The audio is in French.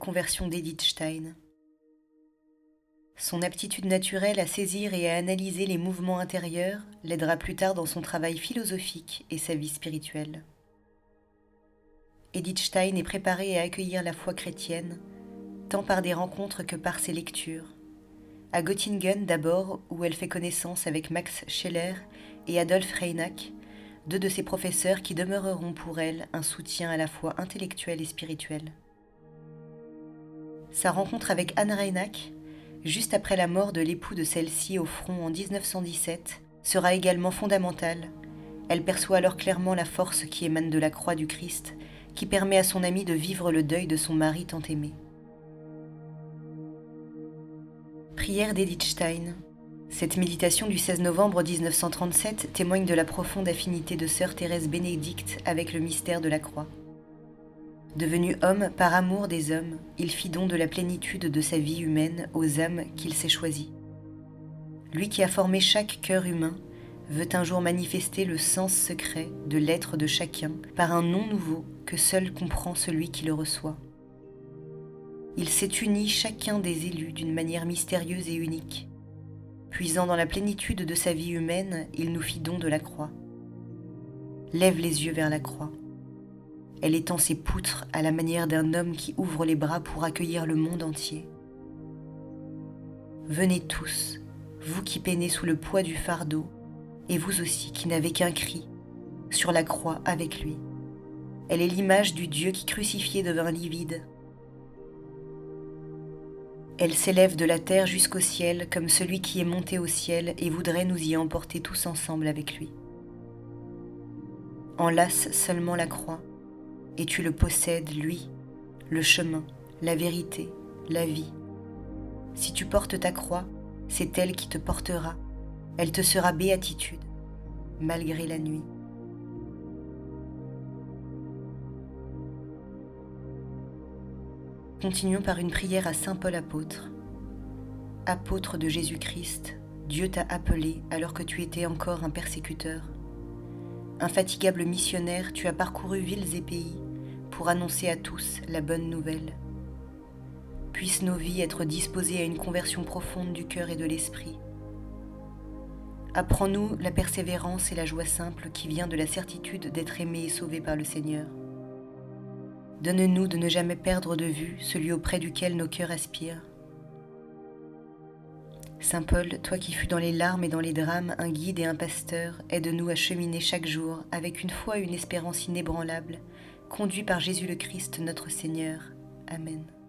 Conversion d'Edith Stein. Son aptitude naturelle à saisir et à analyser les mouvements intérieurs l'aidera plus tard dans son travail philosophique et sa vie spirituelle. Edith Stein est préparée à accueillir la foi chrétienne, tant par des rencontres que par ses lectures. À Göttingen d'abord, où elle fait connaissance avec Max Scheler et Adolf Reinach, deux de ses professeurs qui demeureront pour elle un soutien à la fois intellectuel et spirituel. Sa rencontre avec Anne Reinach, juste après la mort de l'époux de celle-ci au front en 1917, sera également fondamentale. Elle perçoit alors clairement la force qui émane de la croix du Christ, qui permet à son amie de vivre le deuil de son mari tant aimé. Prière d'Edith Stein. Cette méditation du 16 novembre 1937 témoigne de la profonde affinité de sœur Thérèse Bénédicte avec le mystère de la croix. Devenu homme par amour des hommes, il fit don de la plénitude de sa vie humaine aux âmes qu'il s'est choisies. Lui qui a formé chaque cœur humain veut un jour manifester le sens secret de l'être de chacun par un nom nouveau que seul comprend celui qui le reçoit. Il s'est uni chacun des élus d'une manière mystérieuse et unique. Puisant dans la plénitude de sa vie humaine, il nous fit don de la croix. Lève les yeux vers la croix. Elle étend ses poutres à la manière d'un homme qui ouvre les bras pour accueillir le monde entier. Venez tous, vous qui peinez sous le poids du fardeau, et vous aussi qui n'avez qu'un cri, sur la croix avec lui. Elle est l'image du Dieu qui crucifié devint livide. Elle s'élève de la terre jusqu'au ciel comme celui qui est monté au ciel et voudrait nous y emporter tous ensemble avec lui. Enlace seulement la croix, et tu le possèdes, lui, le chemin, la vérité, la vie. Si tu portes ta croix, c'est elle qui te portera. Elle te sera béatitude, malgré la nuit. Continuons par une prière à Saint Paul apôtre. Apôtre de Jésus-Christ, Dieu t'a appelé alors que tu étais encore un persécuteur. Infatigable missionnaire, tu as parcouru villes et pays pour annoncer à tous la bonne nouvelle. Puissent nos vies être disposées à une conversion profonde du cœur et de l'esprit. Apprends-nous la persévérance et la joie simple qui vient de la certitude d'être aimé et sauvé par le Seigneur. Donne-nous de ne jamais perdre de vue celui auprès duquel nos cœurs aspirent. Saint Paul, toi qui fus dans les larmes et dans les drames un guide et un pasteur, aide-nous à cheminer chaque jour avec une foi et une espérance inébranlables, conduits par Jésus le Christ notre Seigneur. Amen.